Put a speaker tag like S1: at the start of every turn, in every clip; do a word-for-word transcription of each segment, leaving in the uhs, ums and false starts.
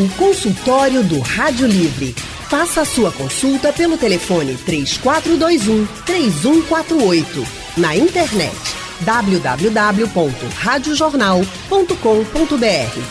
S1: O consultório do Rádio Livre. Faça a sua consulta pelo telefone três quatro dois um, três um quatro oito. Na internet w w w ponto rádio jornal ponto com ponto b r.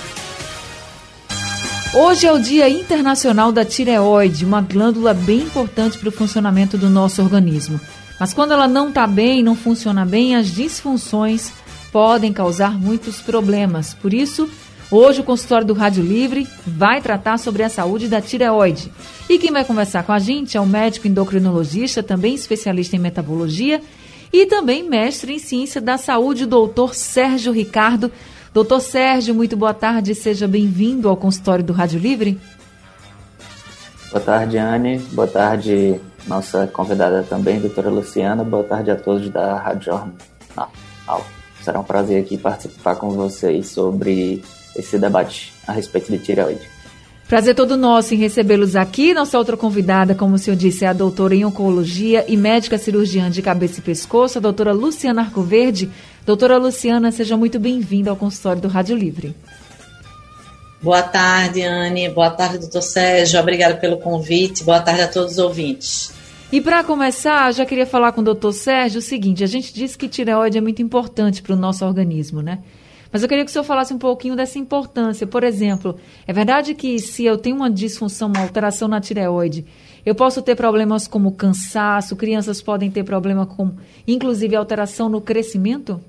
S2: Hoje é o Dia Internacional da Tireoide, uma glândula bem importante para o funcionamento do nosso organismo. Mas quando ela não está bem, não funciona bem, as disfunções podem causar muitos problemas. Por isso, hoje o consultório do Rádio Livre vai tratar sobre a saúde da tireoide. E quem vai conversar com a gente é o médico endocrinologista, também especialista em metabologia e também mestre em ciência da saúde, o doutor Sérgio Ricardo. Doutor Sérgio, muito boa tarde, seja bem-vindo ao consultório do Rádio Livre.
S3: Boa tarde, Anne. Boa tarde, nossa convidada também, doutora Luciana. Boa tarde a todos da Rádio Jornal. Será um prazer aqui participar com vocês sobre esse debate a respeito de tireoide.
S2: Prazer todo nosso em recebê-los aqui. Nossa outra convidada, como o senhor disse, é a doutora em oncologia e médica cirurgiã de cabeça e pescoço, a doutora Luciana Arcoverde. Doutora Luciana, seja muito bem-vinda ao consultório do Rádio Livre.
S4: Boa tarde, Anne. Boa tarde, doutor Sérgio. Obrigada pelo convite. Boa tarde a todos os ouvintes.
S2: E para começar, já queria falar com o doutor Sérgio o seguinte: a gente disse que tireoide é muito importante para o nosso organismo, né? Mas eu queria que o senhor falasse um pouquinho dessa importância. Por exemplo, é verdade que se eu tenho uma disfunção, uma alteração na tireoide, eu posso ter problemas como cansaço, crianças podem ter problema com, inclusive, alteração no crescimento?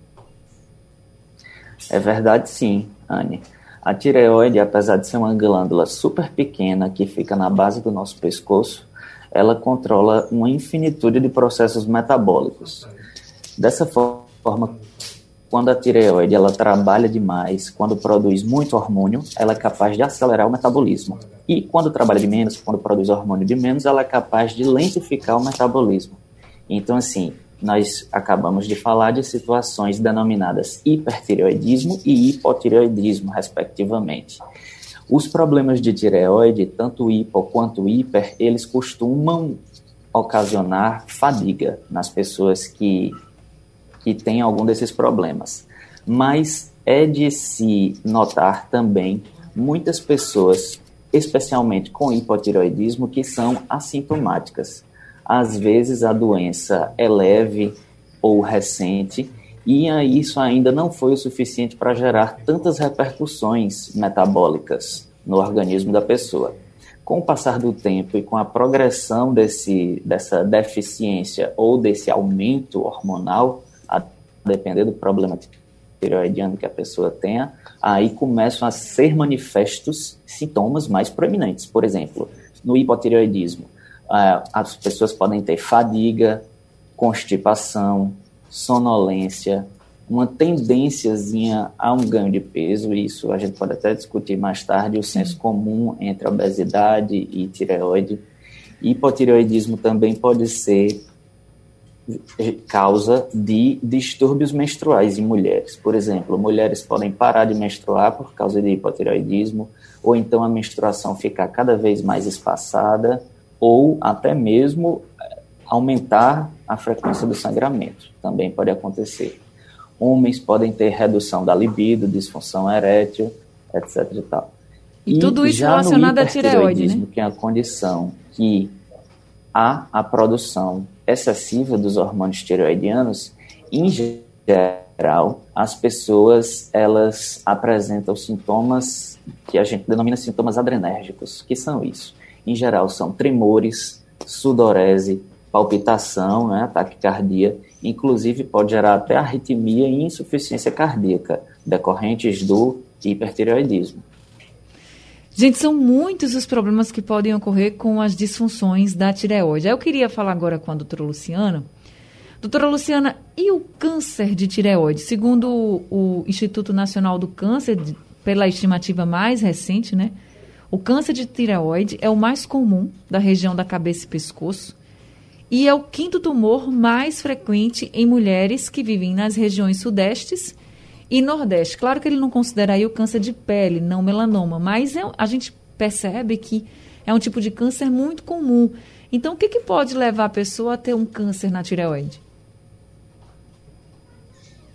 S3: É verdade, sim, Anne. A tireoide, apesar de ser uma glândula super pequena que fica na base do nosso pescoço, ela controla uma infinitude de processos metabólicos. Dessa forma, quando a tireoide ela trabalha demais, quando produz muito hormônio, ela é capaz de acelerar o metabolismo. E quando trabalha de menos, quando produz hormônio de menos, ela é capaz de lentificar o metabolismo. Então, assim, nós acabamos de falar de situações denominadas hipertireoidismo e hipotireoidismo, respectivamente. Os problemas de tireoide, tanto hipo quanto hiper, eles costumam ocasionar fadiga nas pessoas que, que têm algum desses problemas. Mas é de se notar também muitas pessoas, especialmente com hipotireoidismo, que são assintomáticas. Às vezes a doença é leve ou recente e isso ainda não foi o suficiente para gerar tantas repercussões metabólicas no organismo da pessoa. Com o passar do tempo e com a progressão desse, dessa deficiência ou desse aumento hormonal, a depender do problema tireoidiano que a pessoa tenha, aí começam a ser manifestos sintomas mais proeminentes. Por exemplo, no hipotireoidismo, as pessoas podem ter fadiga, constipação, sonolência, uma tendênciazinha a um ganho de peso. Isso a gente pode até discutir mais tarde, o senso comum entre obesidade e tireoide. Hipotireoidismo também pode ser causa de distúrbios menstruais em mulheres. Por exemplo, mulheres podem parar de menstruar por causa de hipotireoidismo, ou então a menstruação ficar cada vez mais espaçada, ou até mesmo aumentar a frequência do sangramento. Também pode acontecer. Homens podem ter redução da libido, disfunção erétil, etc e tal.
S2: E, e tudo isso relacionado à tireoide, né?
S3: Que é a condição que há a produção excessiva dos hormônios tireoidianos, em geral, as pessoas elas apresentam sintomas que a gente denomina sintomas adrenérgicos. Que são isso? Em geral, são tremores, sudorese, palpitação, né, taquicardia, inclusive pode gerar até arritmia e insuficiência cardíaca, decorrentes do hipertireoidismo.
S2: Gente, são muitos os problemas que podem ocorrer com as disfunções da tireoide. Eu queria falar agora com a doutora Luciana. Doutora Luciana, e o câncer de tireoide? Segundo o, o Instituto Nacional do Câncer, pela estimativa mais recente, né? O câncer de tireoide é o mais comum da região da cabeça e pescoço e é o quinto tumor mais frequente em mulheres que vivem nas regiões sudestes e nordeste. Claro que ele não considera aí o câncer de pele, não melanoma, mas é, a gente percebe que é um tipo de câncer muito comum. Então, o que, que pode levar a pessoa a ter um câncer na tireoide?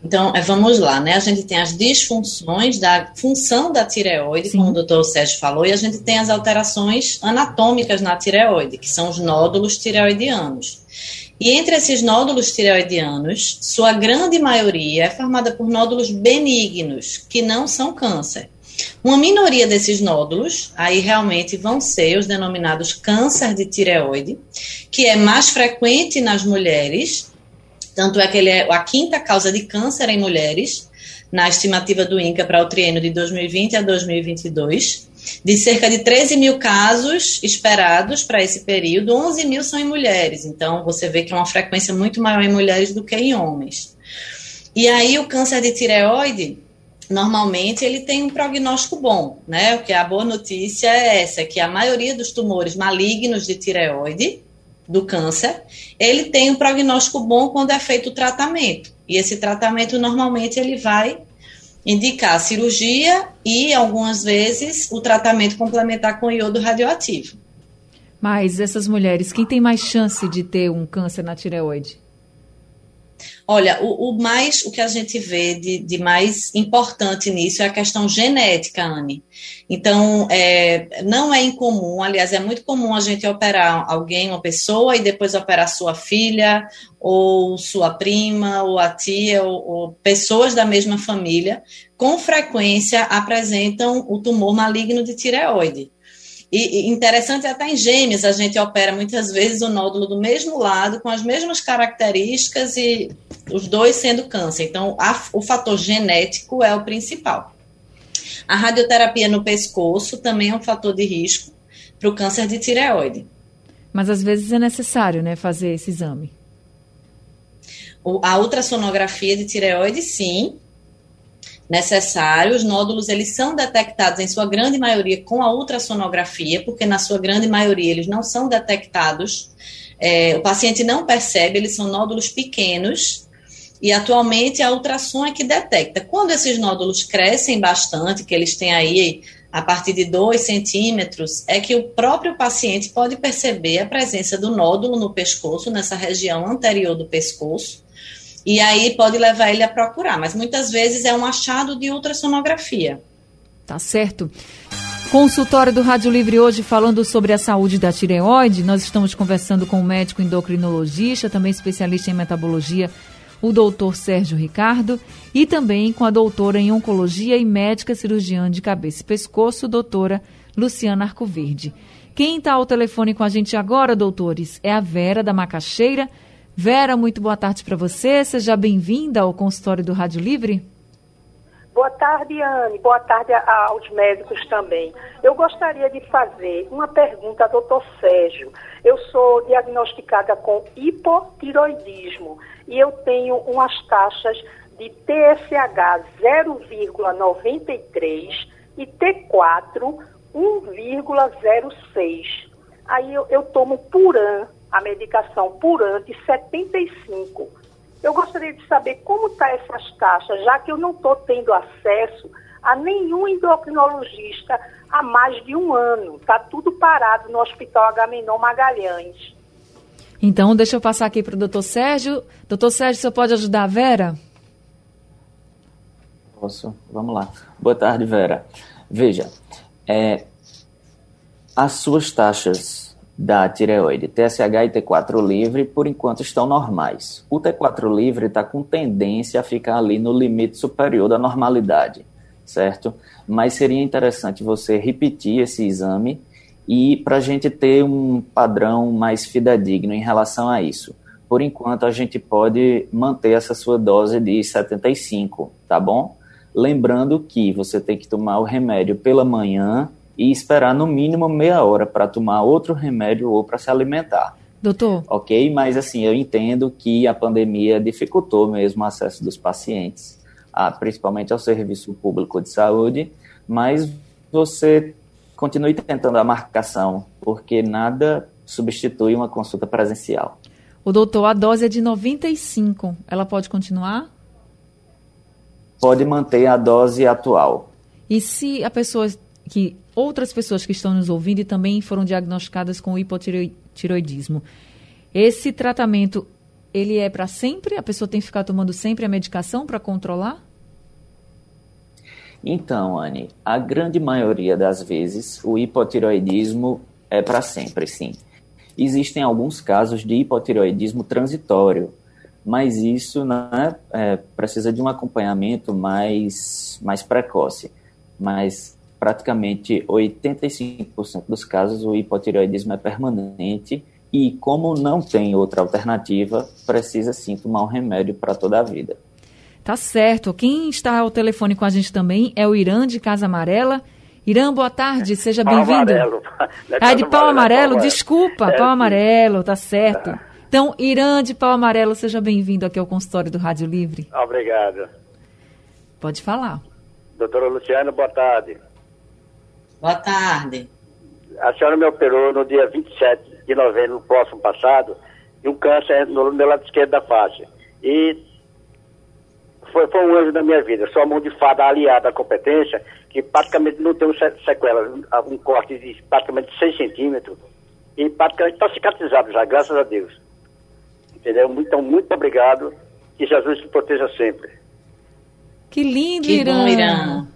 S4: Então, vamos lá, né? A gente tem as disfunções da função da tireoide, Sim. como o doutor Sérgio falou, e a gente tem as alterações anatômicas na tireoide, que são os nódulos tireoidianos. E entre esses nódulos tireoidianos, sua grande maioria é formada por nódulos benignos, que não são câncer. Uma minoria desses nódulos, aí realmente vão ser os denominados câncer de tireoide, que é mais frequente nas mulheres, tanto é que ele é a quinta causa de câncer em mulheres, na estimativa do INCA para o triênio de dois mil e vinte a dois mil e vinte e dois. De cerca de treze mil casos esperados para esse período, onze mil são em mulheres. Então, você vê que é uma frequência muito maior em mulheres do que em homens. E aí, o câncer de tireoide, normalmente, ele tem um prognóstico bom, né? O que a boa notícia é essa, que a maioria dos tumores malignos de tireoide, do câncer, ele tem um prognóstico bom quando é feito o tratamento. E esse tratamento, normalmente, ele vai indicar cirurgia e, algumas vezes, o tratamento complementar com iodo radioativo.
S2: Mas essas mulheres, quem tem mais chance de ter um câncer na tireoide?
S4: Olha, o, o, mais, o que a gente vê de, de mais importante nisso é a questão genética, Anne. Então, é, não é incomum, aliás, é muito comum a gente operar alguém, uma pessoa, e depois operar sua filha, ou sua prima, ou a tia, ou, ou pessoas da mesma família, com frequência apresentam o tumor maligno de tireoide. E interessante, até em gêmeas, a gente opera muitas vezes o nódulo do mesmo lado, com as mesmas características e os dois sendo câncer. Então, a, o fator genético é o principal. A radioterapia no pescoço também é um fator de risco para o câncer de tireoide.
S2: Mas, às vezes, é necessário, né, fazer esse exame?
S4: O, a ultrassonografia de tireoide, sim, necessário. Os nódulos, eles são detectados em sua grande maioria com a ultrassonografia, porque na sua grande maioria eles não são detectados, é, o paciente não percebe, eles são nódulos pequenos, e atualmente a ultrassom é que detecta. Quando esses nódulos crescem bastante, que eles têm aí a partir de dois centímetros, é que o próprio paciente pode perceber a presença do nódulo no pescoço, nessa região anterior do pescoço, e aí pode levar ele a procurar, mas muitas vezes é um achado de ultrassonografia.
S2: Tá certo. Consultório do Rádio Livre hoje falando sobre a saúde da tireoide. Nós estamos conversando com o médico endocrinologista, também especialista em metabologia, o doutor Sérgio Ricardo, e também com a doutora em oncologia e médica cirurgiã de cabeça e pescoço, doutora Luciana Arcoverde. Quem está ao telefone com a gente agora, doutores, é a Vera da Macaxeira. Vera, muito boa tarde para você. Seja bem-vinda ao consultório do Rádio Livre.
S5: Boa tarde, Anne. Boa tarde aos médicos também. Eu gostaria de fazer uma pergunta ao doutor Sérgio. Eu sou diagnosticada com hipotiroidismo e eu tenho umas taxas de T S H zero vírgula noventa e três e T quatro um vírgula zero seis. Aí eu, eu tomo Puran, a medicação Puran de setenta e cinco. Eu gostaria de saber como estão essas taxas, já que eu não estou tendo acesso a nenhum endocrinologista há mais de um ano. Está tudo parado no Hospital Agamenon Magalhães.
S2: Então, deixa eu passar aqui para o doutor Sérgio. Doutor Sérgio, você pode ajudar a Vera?
S3: Posso? Vamos lá. Boa tarde, Vera. Veja, é, as suas taxas da tireoide, T S H e T quatro livre, por enquanto estão normais. O T quatro livre está com tendência a ficar ali no limite superior da normalidade, certo? Mas seria interessante você repetir esse exame e para a gente ter um padrão mais fidedigno em relação a isso. Por enquanto, a gente pode manter essa sua dose de setenta e cinco, tá bom? Lembrando que você tem que tomar o remédio pela manhã e esperar no mínimo meia hora para tomar outro remédio ou para se alimentar.
S2: Doutor?
S3: Ok? Mas assim, eu entendo que a pandemia dificultou mesmo o acesso dos pacientes, a, principalmente ao serviço público de saúde, mas você continue tentando a marcação, porque nada substitui uma consulta presencial.
S2: O doutor, a dose é de noventa e cinco, ela pode continuar?
S3: Pode manter a dose atual.
S2: E se a pessoa que outras pessoas que estão nos ouvindo e também foram diagnosticadas com hipotireoidismo, esse tratamento, ele é para sempre? A pessoa tem que ficar tomando sempre a medicação para controlar?
S3: Então, Anne, a grande maioria das vezes o hipotireoidismo é para sempre, sim. Existem alguns casos de hipotireoidismo transitório, mas isso, né, é, precisa de um acompanhamento mais, mais precoce. Mas praticamente oitenta e cinco por cento dos casos o hipotireoidismo é permanente e, como não tem outra alternativa, precisa sim tomar um remédio para toda a vida.
S2: Tá certo. Quem está ao telefone com a gente também é o Irã de Casa Amarela. Irã, boa tarde, seja bem-vindo. Ah, de Pau Amarelo, desculpa, Pau Amarelo, tá certo. Então, Irã de Pau Amarelo, seja bem-vindo aqui ao consultório do Rádio Livre.
S6: Obrigado.
S2: Pode falar.
S6: Doutora Luciana, boa tarde.
S4: Boa tarde.
S6: A senhora me operou no dia vinte e sete de novembro, no próximo passado, de um câncer no meu lado esquerdo da face. E foi, foi um anjo da minha vida. Sou a mão de fada aliada à competência, que praticamente não tem sequelas, um corte de praticamente seis centímetros, e praticamente está cicatrizado já, graças a Deus. Entendeu? Então, muito obrigado, que Jesus te proteja sempre.
S2: Que lindo,
S4: que
S2: Irã.
S4: Bom, Irã.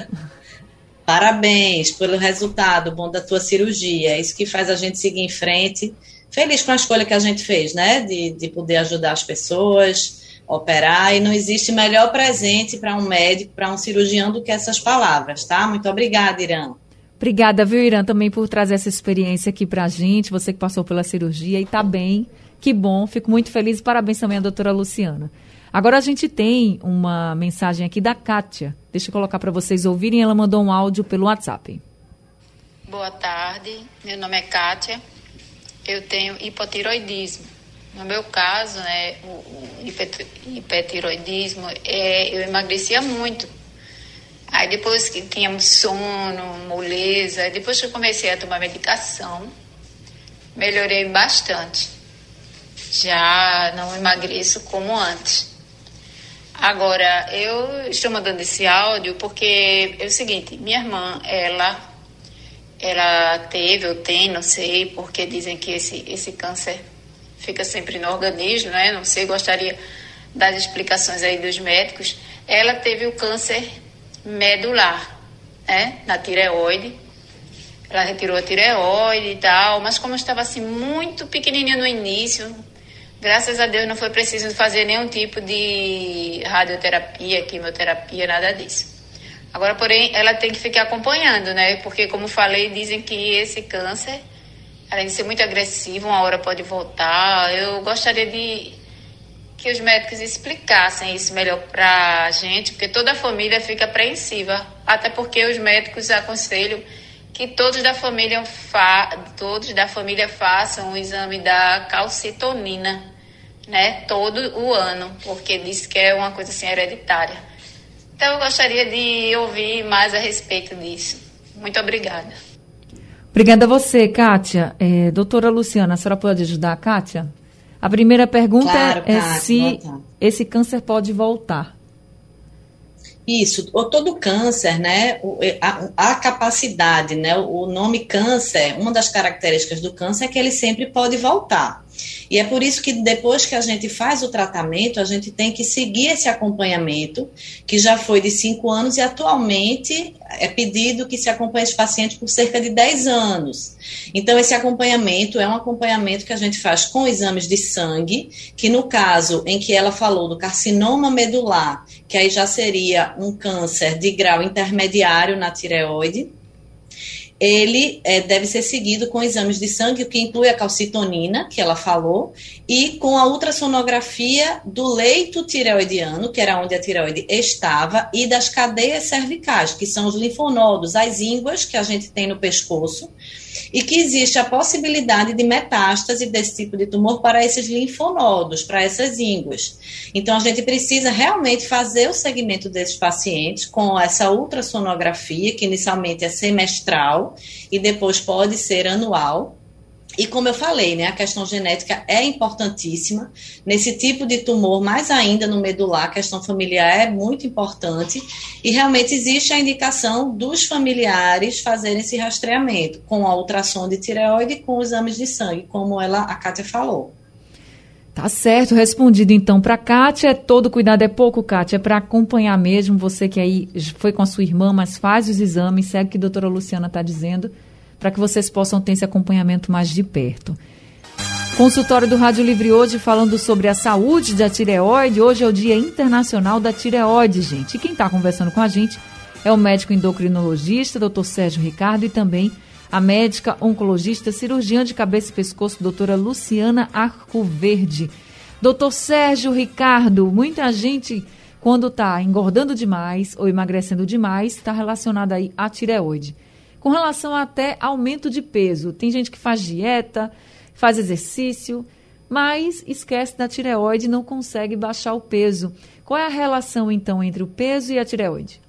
S4: Parabéns pelo resultado bom da tua cirurgia. É isso que faz a gente seguir em frente. Feliz com a escolha que a gente fez, né? De, de poder ajudar as pessoas, operar. E não existe melhor presente para um médico, para um cirurgião, do que essas palavras, tá? Muito obrigada, Irã.
S2: Obrigada, viu, Irã, também por trazer essa experiência aqui pra gente. Você que passou pela cirurgia e tá bem. Que bom, fico muito feliz e parabéns também à doutora Luciana. Agora a gente tem uma mensagem aqui da Kátia. Deixa eu colocar para vocês ouvirem. Ela mandou um áudio pelo WhatsApp.
S7: Boa tarde, meu nome é Kátia. Eu tenho hipotiroidismo. No meu caso, né, o hipertiroidismo, é, eu emagrecia muito. Aí depois que tínhamos sono, moleza, depois que eu comecei a tomar medicação, melhorei bastante. Já não emagreço como antes. Agora, eu estou mandando esse áudio porque é o seguinte, minha irmã, ela, ela teve ou tem, não sei, porque dizem que esse, esse câncer fica sempre no organismo, né? Não sei, gostaria das explicações aí dos médicos. Ela teve o câncer medular, né? Na tireoide. Ela retirou a tireoide e tal, mas como eu estava assim muito pequenininha no início, graças a Deus não foi preciso fazer nenhum tipo de radioterapia, quimioterapia, nada disso. Agora, porém, ela tem que ficar acompanhando, né? Porque, como falei, dizem que esse câncer, além de ser muito agressivo, uma hora pode voltar. Eu gostaria de que os médicos explicassem isso melhor para a gente, porque toda a família fica apreensiva, até porque os médicos aconselham que todos da família, fa- todos da família façam o exame da calcitonina, né, todo o ano, porque diz que é uma coisa assim hereditária. Então eu gostaria de ouvir mais a respeito disso. Muito obrigada.
S2: Obrigada a você, Kátia. É, doutora Luciana, a senhora pode ajudar a Kátia? A primeira pergunta
S4: claro,
S2: é
S4: Kátia,
S2: se
S4: voltar.
S2: esse câncer pode voltar.
S4: Isso, ou todo câncer, né, a, a capacidade, né, o nome câncer, uma das características do câncer é que ele sempre pode voltar. E é por isso que depois que a gente faz o tratamento, a gente tem que seguir esse acompanhamento, que já foi de cinco anos e atualmente é pedido que se acompanhe esse paciente por cerca de dez anos. Então, esse acompanhamento é um acompanhamento que a gente faz com exames de sangue, que no caso em que ela falou do carcinoma medular, que aí já seria um câncer de grau intermediário na tireoide, ele é, deve ser seguido com exames de sangue, que inclui a calcitonina, que ela falou, e com a ultrassonografia do leito tireoidiano, que era onde a tireoide estava, e das cadeias cervicais, que são os linfonodos, as ínguas que a gente tem no pescoço, e que existe a possibilidade de metástase desse tipo de tumor para esses linfonodos, para essas ínguas. Então, a gente precisa realmente fazer o segmento desses pacientes com essa ultrassonografia, que inicialmente é semestral e depois pode ser anual. E como eu falei, né, a questão genética é importantíssima. Nesse tipo de tumor, mais ainda no medular, a questão familiar é muito importante. E realmente existe a indicação dos familiares fazerem esse rastreamento com a ultrassom de tireoide e com exames de sangue, como ela, a Kátia falou.
S2: Tá certo, respondido então para Kátia. Todo cuidado é pouco, Kátia, é para acompanhar mesmo. Você que aí foi com a sua irmã, mas faz os exames, segue o que a doutora Luciana está dizendo, para que vocês possam ter esse acompanhamento mais de perto. Consultório do Rádio Livre hoje falando sobre a saúde da tireoide. Hoje é o Dia Internacional da Tireoide, gente. E quem está conversando com a gente é o médico endocrinologista, doutor Sérgio Ricardo, e também a médica oncologista, cirurgiã de cabeça e pescoço, doutora Luciana Arcoverde. Doutor Sérgio Ricardo, muita gente, quando está engordando demais ou emagrecendo demais, está relacionada aí à tireoide. Com relação até aumento de peso, tem gente que faz dieta, faz exercício, mas esquece da tireoide e não consegue baixar o peso. Qual é a relação, então, entre o peso e a tireoide?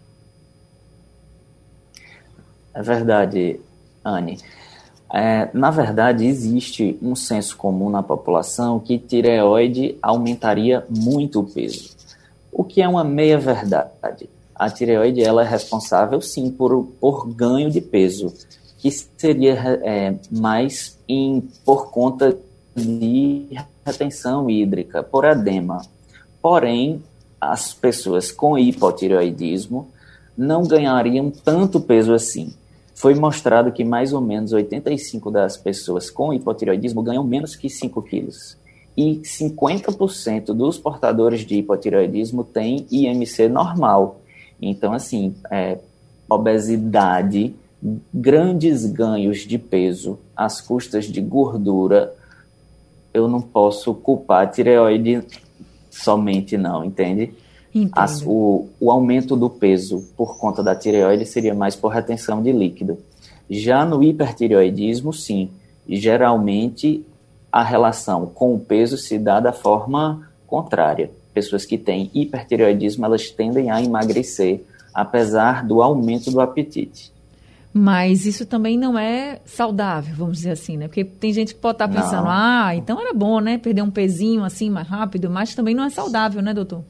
S3: É verdade, Anne. É, na verdade, existe um senso comum na população que tireoide aumentaria muito o peso, o que é uma meia-verdade. A tireoide ela é responsável, sim, por, por ganho de peso, que seria é, mais em, por conta de retenção hídrica, por edema. Porém, as pessoas com hipotireoidismo não ganhariam tanto peso assim. Foi mostrado que mais ou menos oitenta e cinco por cento das pessoas com hipotireoidismo ganham menos que cinco quilos. E cinquenta por cento dos portadores de hipotireoidismo têm I M C normal. Então, assim, é, obesidade, grandes ganhos de peso às custas de gordura, eu não posso culpar a tireoide somente não, entende? As, o, o aumento do peso por conta da tireoide seria mais por retenção de líquido. Já no hipertireoidismo, sim, geralmente a relação com o peso se dá da forma contrária. Pessoas que têm hipertireoidismo, elas tendem a emagrecer, apesar do aumento do apetite.
S2: Mas isso também não é saudável, vamos dizer assim, né? Porque tem gente que pode estar pensando, não. ah, então era bom, né? Perder um pezinho assim mais rápido, mas também não é saudável, né, doutor?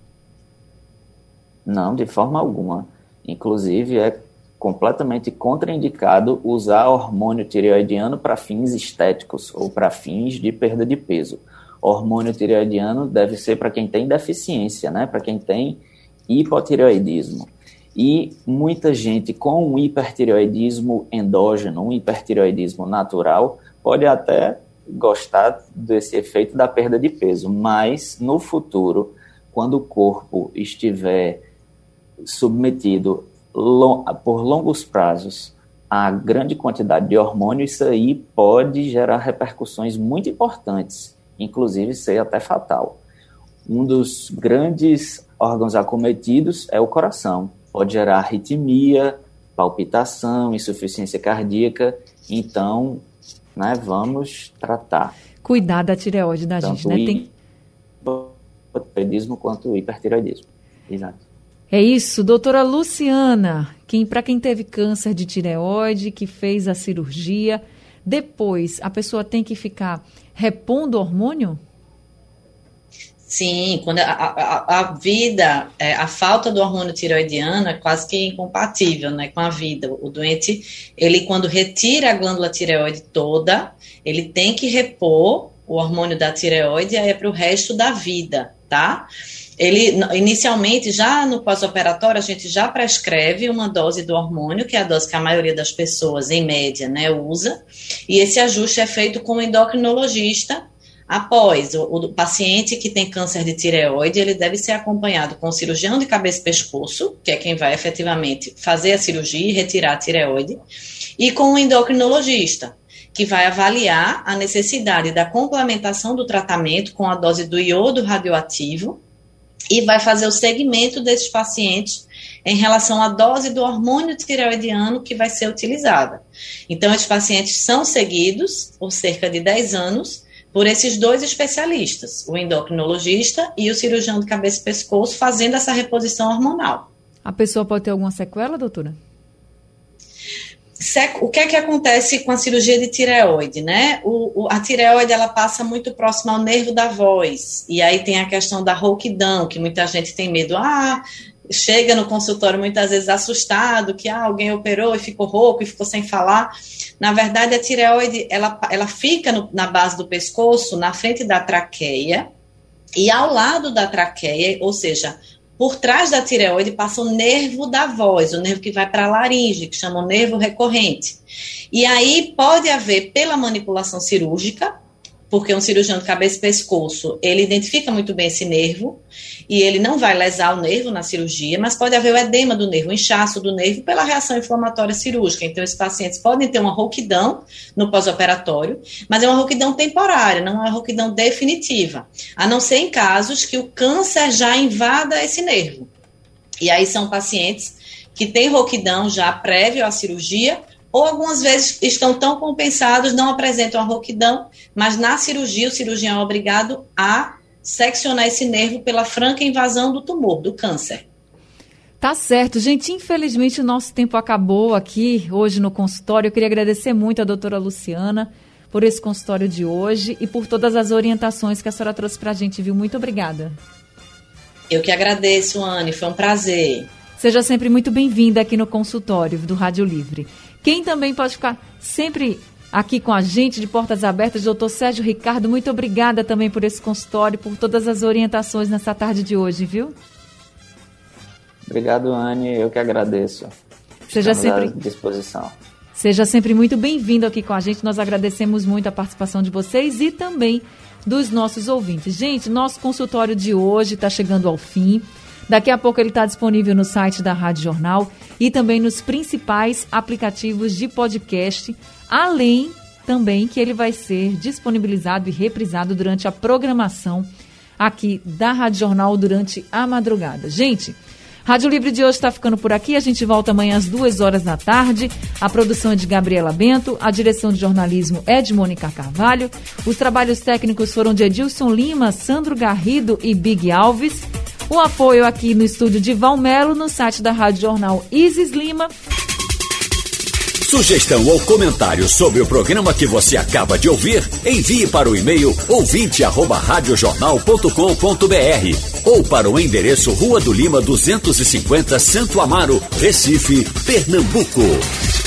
S3: Não, de forma alguma. Inclusive, é completamente contraindicado usar hormônio tireoidiano para fins estéticos ou para fins de perda de peso. O hormônio tireoidiano deve ser para quem tem deficiência, né? Para quem tem hipotireoidismo. E muita gente com um hipertireoidismo endógeno, um hipertireoidismo natural, pode até gostar desse efeito da perda de peso, mas no futuro, quando o corpo estiver submetido long, por longos prazos a grande quantidade de hormônio, isso aí pode gerar repercussões muito importantes, inclusive ser até fatal. Um dos grandes órgãos acometidos é o coração. Pode gerar arritmia, palpitação, insuficiência cardíaca. Então, né, vamos tratar.
S2: Cuidar da tireoide da
S3: Tanto
S2: gente, né? Tem
S3: hipotireoidismo quanto o hipertireoidismo. Exato.
S2: É isso, doutora Luciana, quem, para quem teve câncer de tireoide, que fez a cirurgia, depois a pessoa tem que ficar repondo hormônio?
S4: Sim, quando a, a, a vida, é, a falta do hormônio tireoidiano é quase que incompatível, né, com a vida. O doente, ele quando retira a glândula tireoide toda, ele tem que repor o hormônio da tireoide aí é para o resto da vida, tá? Ele, inicialmente, já no pós-operatório, a gente já prescreve uma dose do hormônio, que é a dose que a maioria das pessoas, em média, né, usa, e esse ajuste é feito com o endocrinologista. Após, o, o paciente que tem câncer de tireoide, ele deve ser acompanhado com o cirurgião de cabeça e pescoço, que é quem vai efetivamente fazer a cirurgia e retirar a tireoide, e com o endocrinologista, que vai avaliar a necessidade da complementação do tratamento com a dose do iodo radioativo e vai fazer o segmento desses pacientes em relação à dose do hormônio tireoidiano que vai ser utilizada. Então, esses pacientes são seguidos por cerca de dez anos por esses dois especialistas, o endocrinologista e o cirurgião de cabeça e pescoço, fazendo essa reposição hormonal.
S2: A pessoa pode ter alguma sequela, doutora?
S4: O que é que acontece com a cirurgia de tireoide, né? O, o, a tireoide, ela passa muito próxima ao nervo da voz, e aí tem a questão da rouquidão, que muita gente tem medo. Ah, chega no consultório muitas vezes assustado, que ah, alguém operou e ficou rouco e ficou sem falar. Na verdade, a tireoide, ela, ela fica no, na base do pescoço, na frente da traqueia, e ao lado da traqueia, ou seja, por trás da tireoide passa o nervo da voz, o nervo que vai para a laringe, que chama o nervo recorrente. E aí pode haver, pela manipulação cirúrgica, porque um cirurgião de cabeça e pescoço, ele identifica muito bem esse nervo, e ele não vai lesar o nervo na cirurgia, mas pode haver o edema do nervo, o inchaço do nervo pela reação inflamatória cirúrgica. Então, esses pacientes podem ter uma rouquidão no pós-operatório, mas é uma rouquidão temporária, não é uma rouquidão definitiva, a não ser em casos que o câncer já invada esse nervo. E aí são pacientes que têm rouquidão já prévio à cirurgia, ou algumas vezes estão tão compensados, não apresentam a rouquidão, mas na cirurgia o cirurgião é obrigado a seccionar esse nervo pela franca invasão do tumor, do câncer.
S2: Tá certo, gente, infelizmente o nosso tempo acabou aqui hoje no consultório. Eu queria agradecer muito a doutora Luciana por esse consultório de hoje e por todas as orientações que a senhora trouxe pra gente, viu? Muito obrigada.
S4: Eu que agradeço, Anne, foi um prazer.
S2: Seja sempre muito bem-vinda aqui no consultório do Rádio Livre. Quem também pode ficar sempre aqui com a gente, de portas abertas, doutor Sérgio Ricardo, muito obrigada também por esse consultório, por todas as orientações nessa tarde de hoje, viu?
S3: Obrigado, Anne, eu que agradeço.
S2: Seja
S3: Estamos
S2: sempre
S3: à disposição.
S2: Seja sempre muito bem-vindo aqui com a gente, nós agradecemos muito a participação de vocês e também dos nossos ouvintes. Gente, nosso consultório de hoje está chegando ao fim. Daqui a pouco ele está disponível no site da Rádio Jornal e também nos principais aplicativos de podcast, além também que ele vai ser disponibilizado e reprisado durante a programação aqui da Rádio Jornal durante a madrugada. Gente, Rádio Livre de hoje está ficando por aqui, a gente volta amanhã às duas horas da tarde, a produção é de Gabriela Bento, a direção de jornalismo é de Mônica Carvalho, os trabalhos técnicos foram de Edilson Lima, Sandro Garrido e Big Alves. O apoio aqui no estúdio de Valmelo, no site da Rádio Jornal Isis Lima.
S8: Sugestão ou comentário sobre o programa que você acaba de ouvir, envie para o e-mail ouvinte arroba radiojornal ponto com ponto br ou para o endereço Rua do Lima duzentos e cinquenta, Santo Amaro, Recife, Pernambuco.